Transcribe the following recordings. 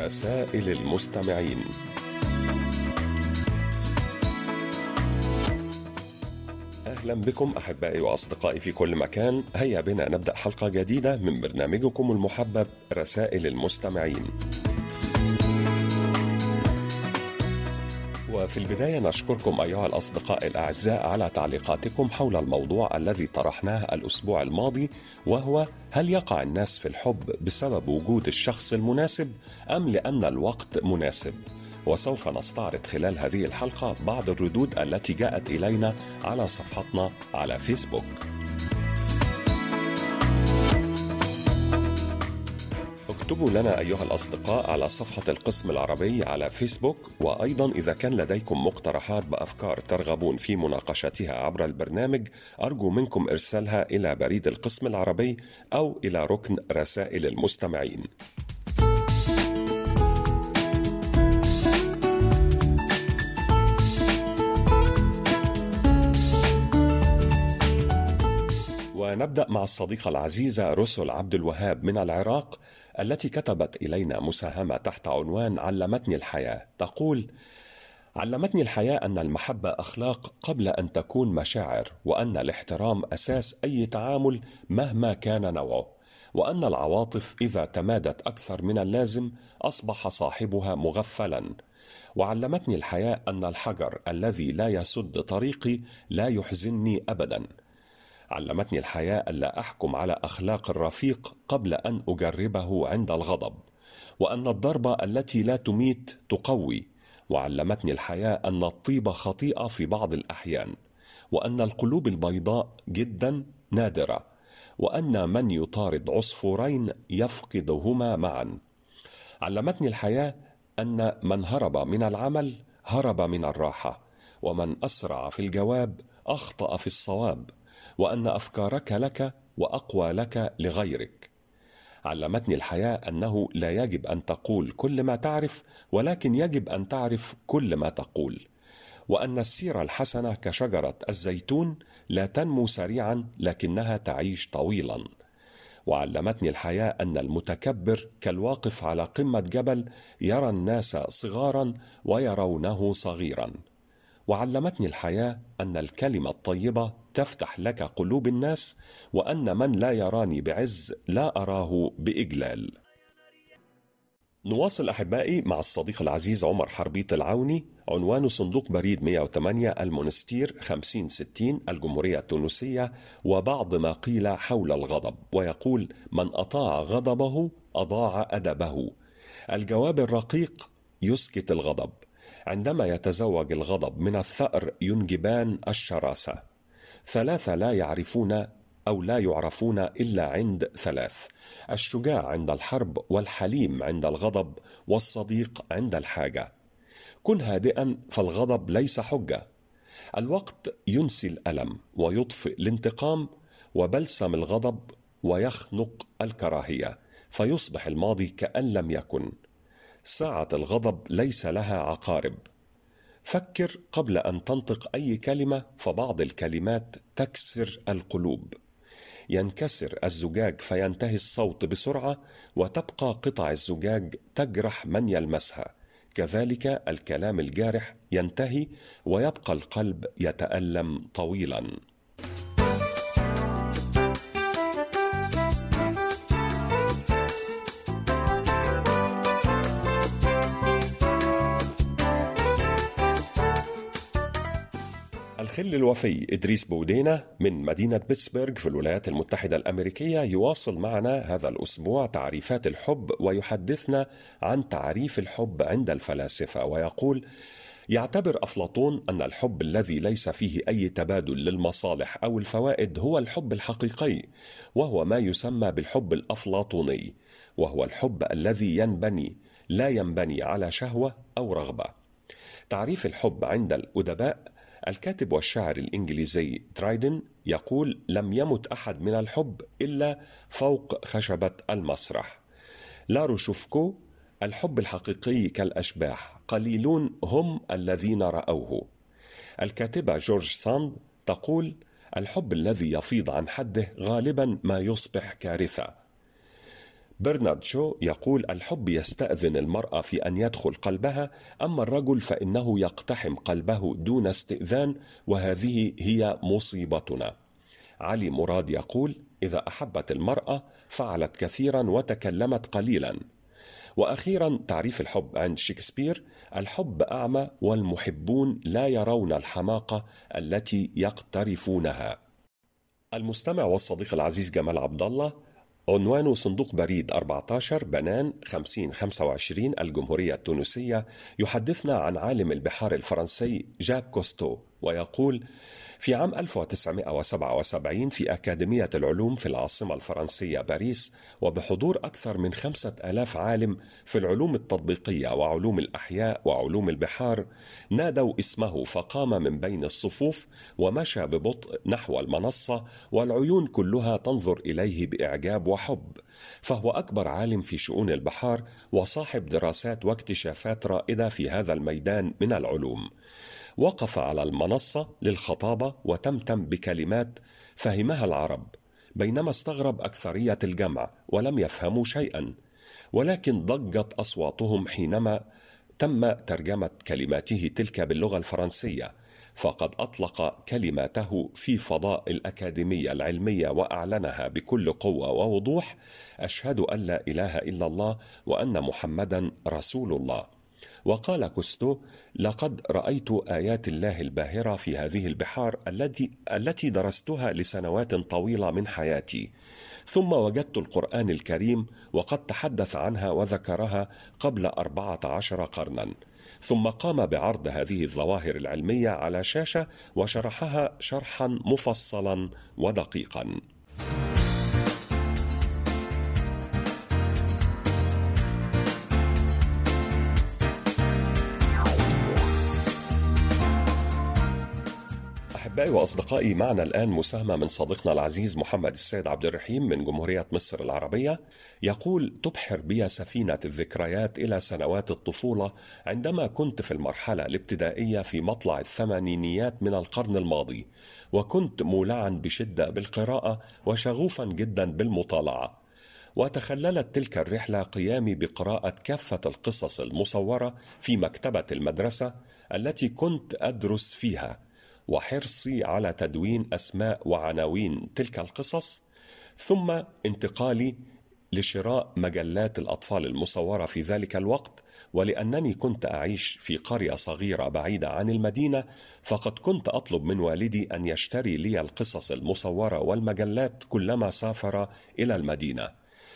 رسائل المستمعين. أهلا بكم أحبائي وأصدقائي في كل مكان. هيا بنا نبدأ حلقة جديدة من برنامجكم المحبب رسائل المستمعين. وفي البداية نشكركم أيها الأصدقاء الأعزاء على تعليقاتكم حول الموضوع الذي طرحناه الأسبوع الماضي، وهو: هل يقع الناس في الحب بسبب وجود الشخص المناسب أم لأن الوقت مناسب؟ وسوف نستعرض خلال هذه الحلقة بعض الردود التي جاءت إلينا على صفحتنا على فيسبوك. اكتبوا لنا أيها الأصدقاء على صفحة القسم العربي على فيسبوك، وأيضا إذا كان لديكم مقترحات بأفكار ترغبون في مناقشتها عبر البرنامج، أرجو منكم إرسالها إلى بريد القسم العربي أو إلى ركن رسائل المستمعين. ونبدأ مع الصديقة العزيزة رسل عبد الوهاب من العراق، التي كتبت إلينا مساهمة تحت عنوان علمتني الحياة. تقول: علمتني الحياة أن المحبة أخلاق قبل أن تكون مشاعر، وأن الاحترام أساس أي تعامل مهما كان نوعه، وأن العواطف إذا تمادت أكثر من اللازم أصبح صاحبها مغفلا. وعلمتني الحياة أن الحجر الذي لا يسد طريقي لا يحزنني أبدا. علمتني الحياة ألا أحكم على أخلاق الرفيق قبل أن أجربه عند الغضب، وأن الضربة التي لا تميت تقوي. وعلمتني الحياة أن الطيبة خطيئة في بعض الأحيان، وأن القلوب البيضاء جدا نادرة، وأن من يطارد عصفورين يفقدهما معا. علمتني الحياة أن من هرب من العمل هرب من الراحة، ومن أسرع في الجواب أخطأ في الصواب، وأن أفكارك لك وأقوى لك لغيرك. علمتني الحياة أنه لا يجب أن تقول كل ما تعرف، ولكن يجب أن تعرف كل ما تقول، وأن السيرة الحسنة كشجرة الزيتون لا تنمو سريعا لكنها تعيش طويلا. وعلمتني الحياة أن المتكبر كالواقف على قمة جبل يرى الناس صغارا ويرونه صغيرا. وعلمتني الحياة أن الكلمة الطيبة تفتح لك قلوب الناس، وأن من لا يراني بعز لا أراه بإجلال. نواصل أحبائي مع الصديق العزيز عمر حربيط العوني، عنوان صندوق بريد 108 المونستير 5060 الجمهورية التونسية، وبعض ما قيل حول الغضب. ويقول: من أطاع غضبه أضاع أدبه. الجواب الرقيق يسكت الغضب. عندما يتزوج الغضب من الثأر ينجبان الشراسة. ثلاثة لا يعرفون أو لا يعرفون إلا عند ثلاث: الشجاع عند الحرب، والحليم عند الغضب، والصديق عند الحاجة. كن هادئا فالغضب ليس حجة. الوقت ينسي الألم ويطفئ الانتقام، وبلسم الغضب ويخنق الكراهية، فيصبح الماضي كأن لم يكن. ساعة الغضب ليس لها عقارب. فكر قبل أن تنطق أي كلمة، فبعض الكلمات تكسر القلوب. ينكسر الزجاج فينتهي الصوت بسرعة، وتبقى قطع الزجاج تجرح من يلمسها. كذلك الكلام الجارح ينتهي، ويبقى القلب يتألم طويلا. الخل الوفي إدريس بودينة من مدينة بيتسبرغ في الولايات المتحدة الأمريكية يواصل معنا هذا الأسبوع تعريفات الحب، ويحدثنا عن تعريف الحب عند الفلاسفة. ويقول: يعتبر أفلاطون أن الحب الذي ليس فيه أي تبادل للمصالح أو الفوائد هو الحب الحقيقي، وهو ما يسمى بالحب الأفلاطوني، وهو الحب الذي لا ينبني على شهوة أو رغبة. تعريف الحب عند الأدباء: الكاتب والشاعر الإنجليزي درايدن يقول: لم يمت أحد من الحب إلا فوق خشبة المسرح. لاروشوفكو: الحب الحقيقي كالأشباح، قليلون هم الذين رأوه. الكاتبة جورج ساند تقول: الحب الذي يفيض عن حده غالبا ما يصبح كارثة. برنارد شو يقول: الحب يستأذن المرأة في أن يدخل قلبها، أما الرجل فإنه يقتحم قلبه دون استئذان، وهذه هي مصيبتنا. علي مراد يقول: إذا أحبت المرأة فعلت كثيرا وتكلمت قليلا. وأخيرا تعريف الحب عند شكسبير: الحب أعمى والمحبون لا يرون الحماقة التي يقترفونها. المستمع والصديق العزيز جمال عبد الله، عنوانه صندوق بريد 14 بنان 5025 الجمهورية التونسية، يحدثنا عن عالم البحار الفرنسي جاك كوستو، ويقول: في عام 1977 في أكاديمية العلوم في العاصمة الفرنسية باريس، وبحضور أكثر من 5000 عالم في العلوم التطبيقية وعلوم الأحياء وعلوم البحار، نادوا اسمه فقام من بين الصفوف ومشى ببطء نحو المنصة، والعيون كلها تنظر إليه بإعجاب وحب، فهو أكبر عالم في شؤون البحار وصاحب دراسات واكتشافات رائدة في هذا الميدان من العلوم. وقف على المنصة للخطابة وتمتم بكلمات فهمها العرب، بينما استغرب أكثرية الجمع ولم يفهموا شيئا، ولكن ضجت أصواتهم حينما تم ترجمة كلماته تلك باللغة الفرنسية، فقد أطلق كلماته في فضاء الأكاديمية العلمية وأعلنها بكل قوة ووضوح: أشهد أن لا إله إلا الله وأن محمدا رسول الله. وقال كوستو: لقد رأيت آيات الله الباهرة في هذه البحار التي درستها لسنوات طويلة من حياتي، ثم وجدت القرآن الكريم وقد تحدث عنها وذكرها قبل 14 قرنا، ثم قام بعرض هذه الظواهر العلمية على شاشة وشرحها شرحا مفصلا ودقيقا. أحبائي وأصدقائي، معنا الآن مساهمة من صديقنا العزيز محمد السيد عبد الرحيم من جمهورية مصر العربية، يقول: تبحر بي سفينة الذكريات إلى سنوات الطفولة عندما كنت في المرحلة الابتدائية في مطلع الثمانينيات من القرن الماضي، وكنت مولعا بشدة بالقراءة وشغوفا جدا بالمطالعة. وتخللت تلك الرحلة قيامي بقراءة كافة القصص المصورة في مكتبة المدرسة التي كنت أدرس فيها، وحرصي على تدوين أسماء وعناوين تلك القصص، ثم انتقالي لشراء مجلات الأطفال المصورة في ذلك الوقت. ولأنني كنت أعيش في قرية صغيرة بعيدة عن المدينة، فقد كنت أطلب من والدي أن يشتري لي القصص المصورة والمجلات كلما سافر إلى المدينة.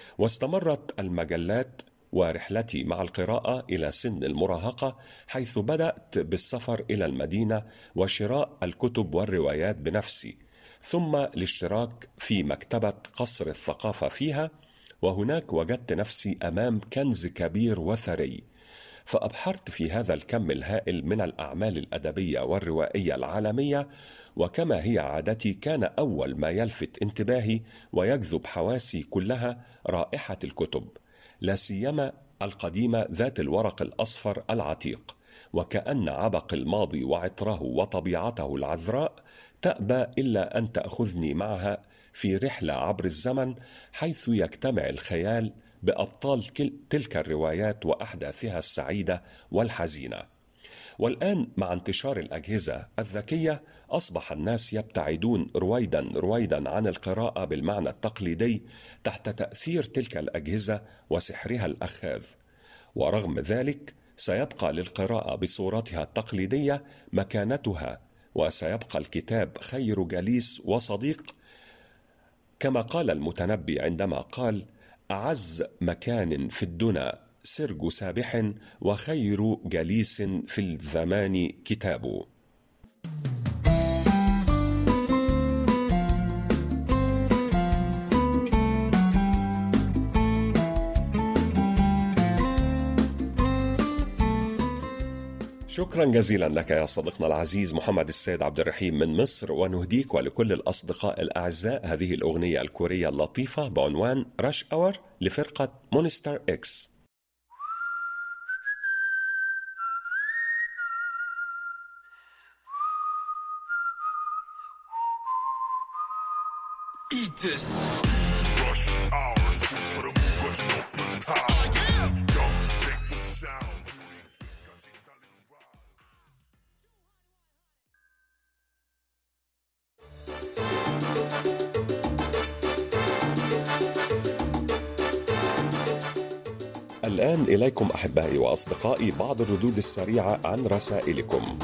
واستمرت المجلات ورحلتي مع القراءة إلى سن المراهقة، حيث بدأت بالسفر إلى المدينة وشراء الكتب والروايات بنفسي، ثم الاشتراك في مكتبة قصر الثقافة فيها، وهناك وجدت نفسي أمام كنز كبير وثري، فأبحرت في هذا الكم الهائل من الأعمال الأدبية والروائية العالمية. وكما هي عادتي، كان أول ما يلفت انتباهي ويجذب حواسي كلها رائحة الكتب، لا سيما القديمة ذات الورق الأصفر العتيق، وكأن عبق الماضي وعطره وطبيعته العذراء تأبى إلا أن تأخذني معها في رحلة عبر الزمن، حيث يجتمع الخيال بأبطال تلك الروايات وأحداثها السعيدة والحزينة. والآن مع انتشار الأجهزة الذكية، أصبح الناس يبتعدون رويدا عن القراءة بالمعنى التقليدي تحت تأثير تلك الأجهزة وسحرها الأخاذ. ورغم ذلك سيبقى للقراءة بصورتها التقليدية مكانتها، وسيبقى الكتاب خير جليس وصديق، كما قال المتنبي عندما قال: أعز مكان في الدنا سرج سابح، وخير جليس في الزمان كتاب. شكرا جزيلا لك يا صديقنا العزيز محمد السيد عبد الرحيم من مصر، ونهديك ولكل الأصدقاء الأعزاء هذه الأغنية الكورية اللطيفة بعنوان رش أور لفرقة مونستر إكس. Eat this. Rush hour, 6 for the moon, got you know الآن إليكم أحبائي وأصدقائي بعض الردود السريعة عن رسائلكم.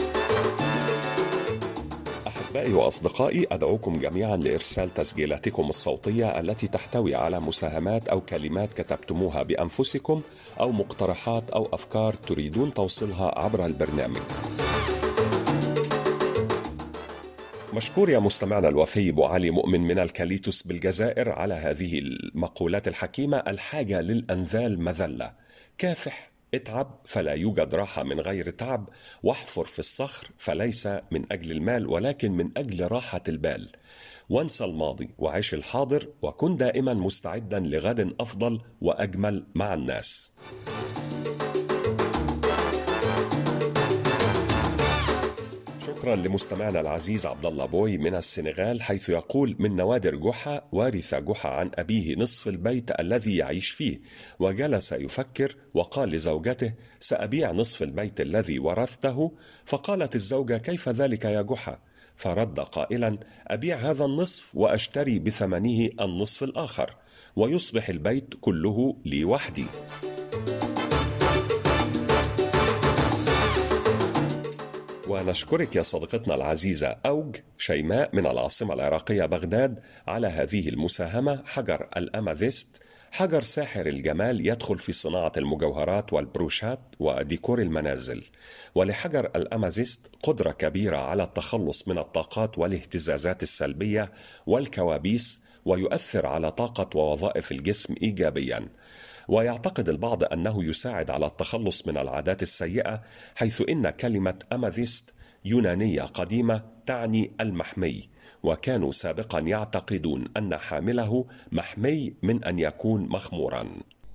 أحبائي وأصدقائي، أدعوكم جميعا لإرسال تسجيلاتكم الصوتية التي تحتوي على مساهمات أو كلمات كتبتموها بأنفسكم أو مقترحات أو أفكار تريدون توصيلها عبر البرنامج. مشكور يا مستمعنا الوفي أبو علي مؤمن من الكاليتوس بالجزائر على هذه المقولات الحكيمة. الحاجة للأنذال مذلة، كافح اتعب فلا يوجد راحة من غير تعب، واحفر في الصخر فليس من أجل المال ولكن من أجل راحة البال، وانسى الماضي وعيش الحاضر، وكن دائما مستعدا لغد أفضل وأجمل مع الناس. شكرا لمستمعنا العزيز عبد الله بوي من السنغال، حيث يقول: من نوادر جحا وارث جحا عن أبيه نصف البيت الذي يعيش فيه، وجلس يفكر وقال لزوجته: سأبيع نصف البيت الذي ورثته. فقالت الزوجة: كيف ذلك يا جحا؟ فرد قائلا: أبيع هذا النصف وأشتري بثمنه النصف الآخر، ويصبح البيت كله لي وحدي. ونشكرك يا صديقتنا العزيزة أوج شيماء من العاصمة العراقية بغداد على هذه المساهمة. حجر الأماذيست حجر ساحر الجمال، يدخل في صناعة المجوهرات والبروشات وديكور المنازل. ولحجر الأماذيست قدرة كبيرة على التخلص من الطاقات والاهتزازات السلبية والكوابيس، ويؤثر على طاقة ووظائف الجسم إيجابيا. ويعتقد البعض أنه يساعد على التخلص من العادات السيئة، حيث إن كلمة أماذيست يونانية قديمة تعني المحمي، وكانوا سابقا يعتقدون أن حامله محمي من أن يكون مخمورا.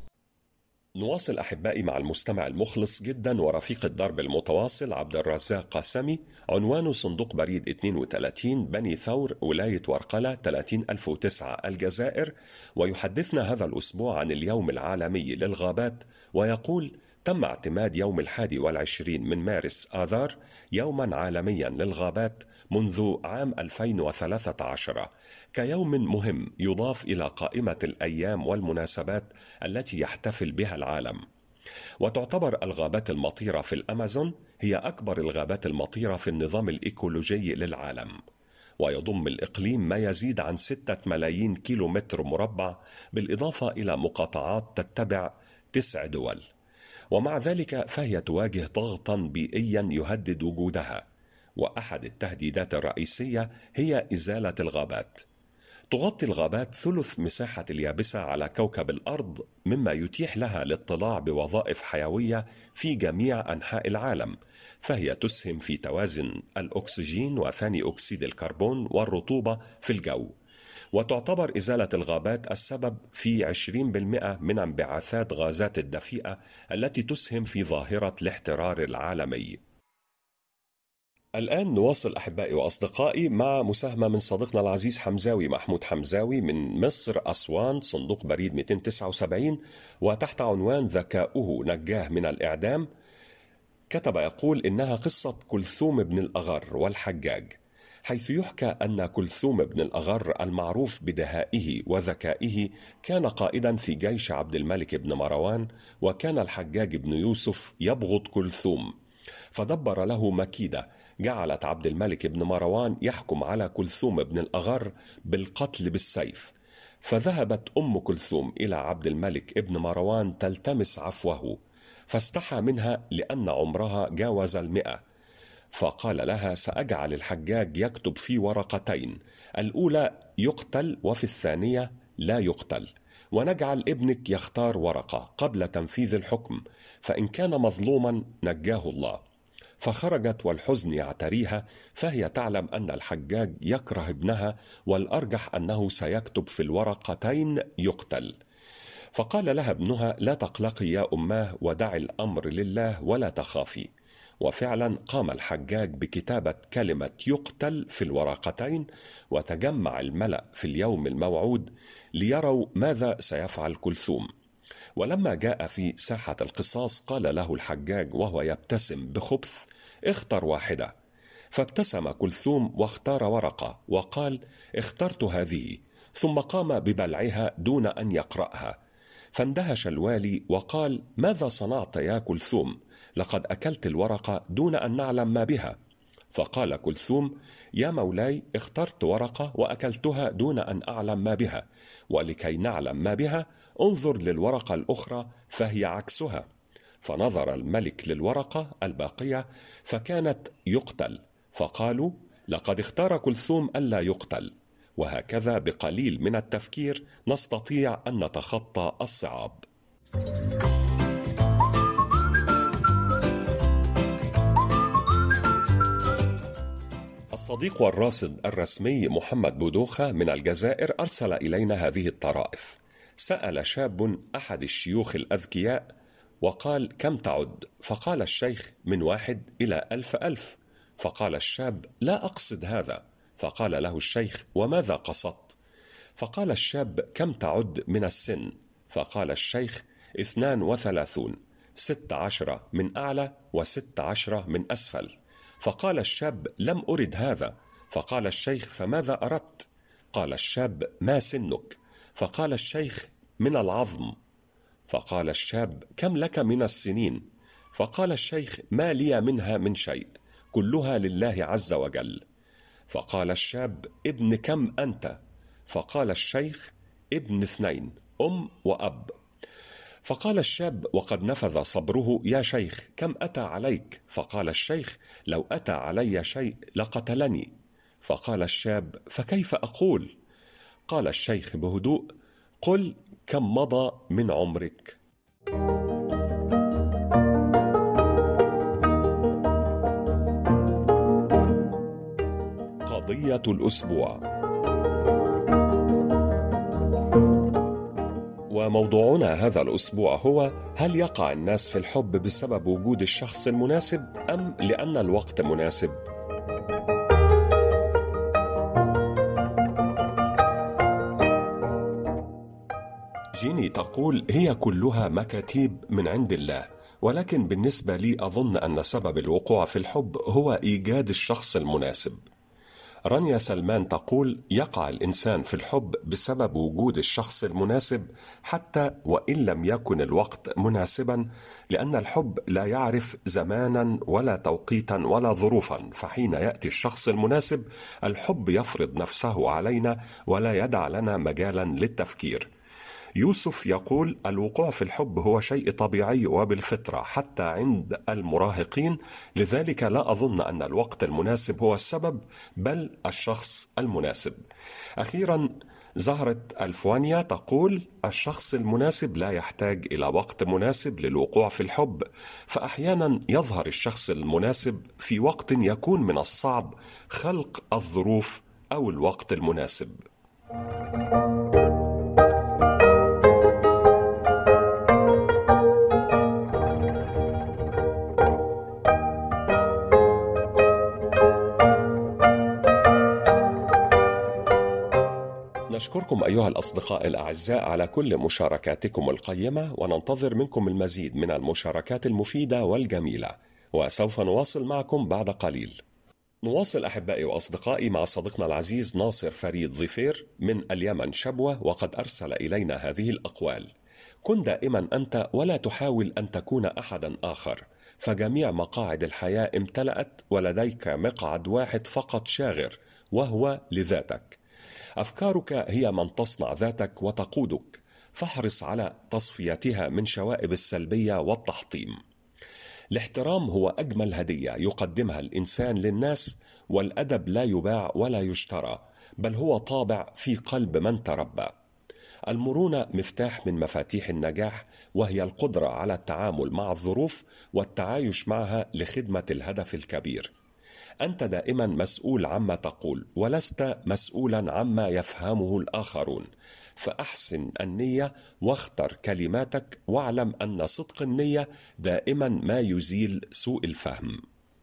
نواصل أحبائي مع المستمع المخلص جدا ورفيق الدرب المتواصل عبد الرزاق قاسمي. عنوانه صندوق بريد 32 بني ثور ولاية ورقلة 30009 الجزائر، ويحدثنا هذا الأسبوع عن اليوم العالمي للغابات، ويقول: تم اعتماد يوم 21 من مارس آذار يوما عالميا للغابات منذ عام 2013 كيوم مهم يضاف إلى قائمة الأيام والمناسبات التي يحتفل بها العالم. وتعتبر الغابات المطيرة في الأمازون هي أكبر الغابات المطيرة في النظام الإيكولوجي للعالم، ويضم الإقليم ما يزيد عن 6 ملايين كيلومتر مربع، بالإضافة إلى مقاطعات تتبع 9 دول. ومع ذلك فهي تواجه ضغطا بيئيا يهدد وجودها، وأحد التهديدات الرئيسية هي إزالة الغابات. تغطي الغابات ثلث مساحة اليابسة على كوكب الأرض، مما يتيح لها الاطلاع بوظائف حيوية في جميع أنحاء العالم، فهي تسهم في توازن الأكسجين وثاني أكسيد الكربون والرطوبة في الجو. وتعتبر إزالة الغابات السبب في 20% من انبعاثات غازات الدفيئة التي تسهم في ظاهرة الاحترار العالمي. الآن نواصل أحبائي وأصدقائي مع مساهمة من صديقنا العزيز حمزاوي محمود حمزاوي من مصر أسوان، صندوق بريد 279 وتحت عنوان ذكاؤه نجاه من الإعدام. كتب يقول: إنها قصة كلثوم بن الأغر والحجاج، حيث يحكى أن كلثوم بن الأغر المعروف بدهائه وذكائه كان قائدا في جيش عبد الملك بن مروان، وكان الحجاج بن يوسف يبغض كلثوم، فدبر له مكيدة جعلت عبد الملك بن مروان يحكم على كلثوم بن الأغر بالقتل بالسيف. فذهبت أم كلثوم إلى عبد الملك بن مروان تلتمس عفوه، فاستحى منها لأن عمرها جاوز 100، فقال لها: سأجعل الحجاج يكتب في ورقتين، الأولى يقتل وفي الثانية لا يقتل، ونجعل ابنك يختار ورقة قبل تنفيذ الحكم، فإن كان مظلوما نجاه الله. فخرجت والحزن يعتريها، فهي تعلم أن الحجاج يكره ابنها، والأرجح أنه سيكتب في الورقتين يقتل. فقال لها ابنها: لا تقلقي يا أماه، ودعي الأمر لله ولا تخافي. وفعلا قام الحجاج بكتابة كلمة يقتل في الورقتين، وتجمع الملأ في اليوم الموعود ليروا ماذا سيفعل كلثوم. ولما جاء في ساحة القصاص قال له الحجاج وهو يبتسم بخبث: اختر واحدة. فابتسم كلثوم واختار ورقة وقال: اخترت هذه، ثم قام ببلعها دون أن يقرأها. فاندهش الوالي وقال: ماذا صنعت يا كلثوم؟ لقد أكلت الورقة دون أن نعلم ما بها. فقال كلثوم: يا مولاي، اخترت ورقة وأكلتها دون أن أعلم ما بها، ولكي نعلم ما بها انظر للورقة الأخرى فهي عكسها. فنظر الملك للورقة الباقية فكانت يقتل، فقالوا: لقد اختار كلثوم ألا يقتل. وهكذا بقليل من التفكير نستطيع أن نتخطى الصعاب. الصديق والراصد الرسمي محمد بودوخة من الجزائر أرسل إلينا هذه الطرائف. سأل شاب أحد الشيوخ الأذكياء وقال: كم تعد؟ فقال الشيخ: من 1 إلى 1000. فقال الشاب: لا أقصد هذا. فقال له الشيخ: وماذا قصدت؟ فقال الشاب: كم تعد من السن؟ فقال الشيخ: 32، 16 من أعلى و16 من أسفل. فقال الشاب: لم أرد هذا. فقال الشيخ: فماذا أردت؟ قال الشاب: ما سنك؟ فقال الشيخ: من العظم. فقال الشاب: كم لك من السنين؟ فقال الشيخ: ما لي منها من شيء، كلها لله عز وجل. فقال الشاب: ابن كم أنت؟ فقال الشيخ: ابن 2، أم وأب. فقال الشاب وقد نفذ صبره: يا شيخ، كم أتى عليك؟ فقال الشيخ: لو أتى علي شيء لقتلني. فقال الشاب: فكيف أقول؟ قال الشيخ بهدوء: قل كم مضى من عمرك. قضية الأسبوع. وموضوعنا هذا الأسبوع هو: هل يقع الناس في الحب بسبب وجود الشخص المناسب أم لأن الوقت مناسب؟ جيني تقول: هي كلها مكاتيب من عند الله، ولكن بالنسبة لي أظن أن سبب الوقوع في الحب هو إيجاد الشخص المناسب. رانيا سلمان تقول: يقع الإنسان في الحب بسبب وجود الشخص المناسب حتى وإن لم يكن الوقت مناسبا، لأن الحب لا يعرف زمانا ولا توقيتا ولا ظروفا، فحين يأتي الشخص المناسب الحب يفرض نفسه علينا ولا يدع لنا مجالا للتفكير. يوسف يقول: الوقوع في الحب هو شيء طبيعي وبالفطرة حتى عند المراهقين، لذلك لا أظن أن الوقت المناسب هو السبب، بل الشخص المناسب. أخيرا زهرة الفوانيا تقول: الشخص المناسب لا يحتاج إلى وقت مناسب للوقوع في الحب، فأحيانا يظهر الشخص المناسب في وقت يكون من الصعب خلق الظروف أو الوقت المناسب. نشكركم أيها الأصدقاء الأعزاء على كل مشاركاتكم القيمة، وننتظر منكم المزيد من المشاركات المفيدة والجميلة، وسوف نواصل معكم بعد قليل. نواصل أحبائي وأصدقائي مع صديقنا العزيز ناصر فريد ظفير من اليمن شبوة، وقد أرسل إلينا هذه الأقوال: كن دائما أنت ولا تحاول أن تكون أحدا آخر، فجميع مقاعد الحياة امتلأت ولديك مقعد واحد فقط شاغر، وهو لذاتك. أفكارك هي من تصنع ذاتك وتقودك، فاحرص على تصفيتها من شوائب السلبية والتحطيم. الاحترام هو أجمل هدية يقدمها الإنسان للناس، والأدب لا يباع ولا يشترى، بل هو طابع في قلب من تربى. المرونة مفتاح من مفاتيح النجاح، وهي القدرة على التعامل مع الظروف والتعايش معها لخدمة الهدف الكبير. أنت دائما مسؤول عما تقول، ولست مسؤولا عما يفهمه الآخرون، فأحسن النية واختر كلماتك، واعلم أن صدق النية دائما ما يزيل سوء الفهم.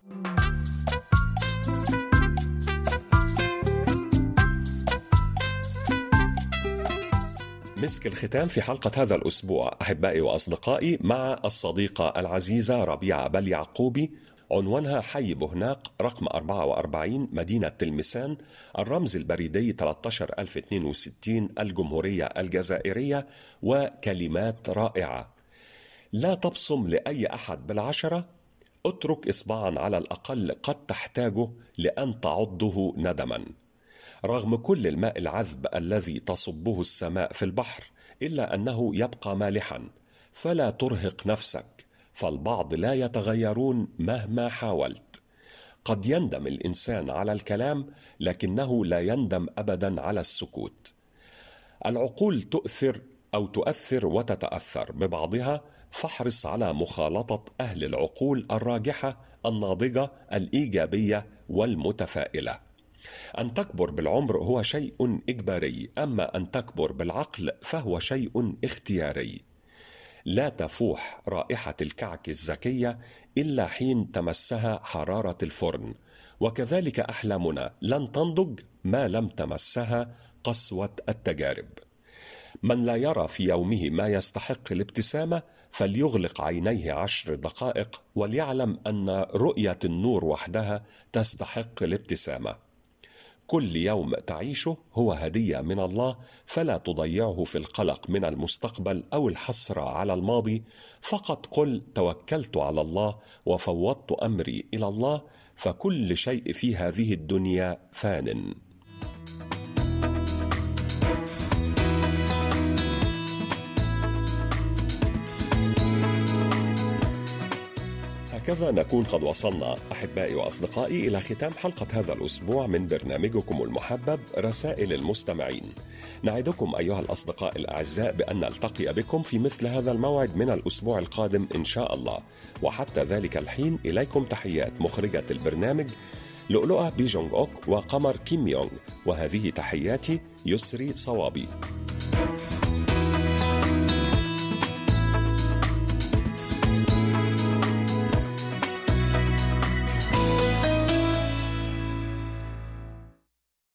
مسك الختام في حلقة هذا الأسبوع أحبائي وأصدقائي مع الصديقة العزيزة ربيعة بل يعقوبي، عنوانها حي بوهناق رقم 44 مدينة تلمسان، الرمز البريدي 13062 الجمهورية الجزائرية، وكلمات رائعة: لا تبصم لأي أحد بالعشرة، اترك إصبعا على الأقل قد تحتاجه لأن تعضه ندما. رغم كل الماء العذب الذي تصبه السماء في البحر إلا أنه يبقى مالحا، فلا ترهق نفسك، فالبعض لا يتغيرون مهما حاولت. قد يندم الإنسان على الكلام لكنه لا يندم أبدا على السكوت. العقول تؤثر وتتأثر ببعضها، فاحرص على مخالطة أهل العقول الراجحة الناضجة الإيجابية والمتفائلة. أن تكبر بالعمر هو شيء إجباري، أما أن تكبر بالعقل فهو شيء اختياري. لا تفوح رائحة الكعك الزكية إلا حين تمسها حرارة الفرن، وكذلك أحلامنا لن تنضج ما لم تمسها قسوة التجارب. من لا يرى في يومه ما يستحق الابتسامة فليغلق عينيه 10 دقائق وليعلم أن رؤية النور وحدها تستحق الابتسامة. كل يوم تعيشه هو هدية من الله، فلا تضيعه في القلق من المستقبل أو الحسرة على الماضي. فقط قل توكلت على الله وفوضت أمري إلى الله، فكل شيء في هذه الدنيا فان. هكذا نكون قد وصلنا أحبائي وأصدقائي إلى ختام حلقة هذا الأسبوع من برنامجكم المحبب رسائل المستمعين. نعدكم أيها الأصدقاء الأعزاء بأن نلتقي بكم في مثل هذا الموعد من الأسبوع القادم إن شاء الله، وحتى ذلك الحين إليكم تحيات مخرجة البرنامج لؤلؤة بيجونغ أوك وقمر كيم يونغ، وهذه تحياتي يسري صوابي.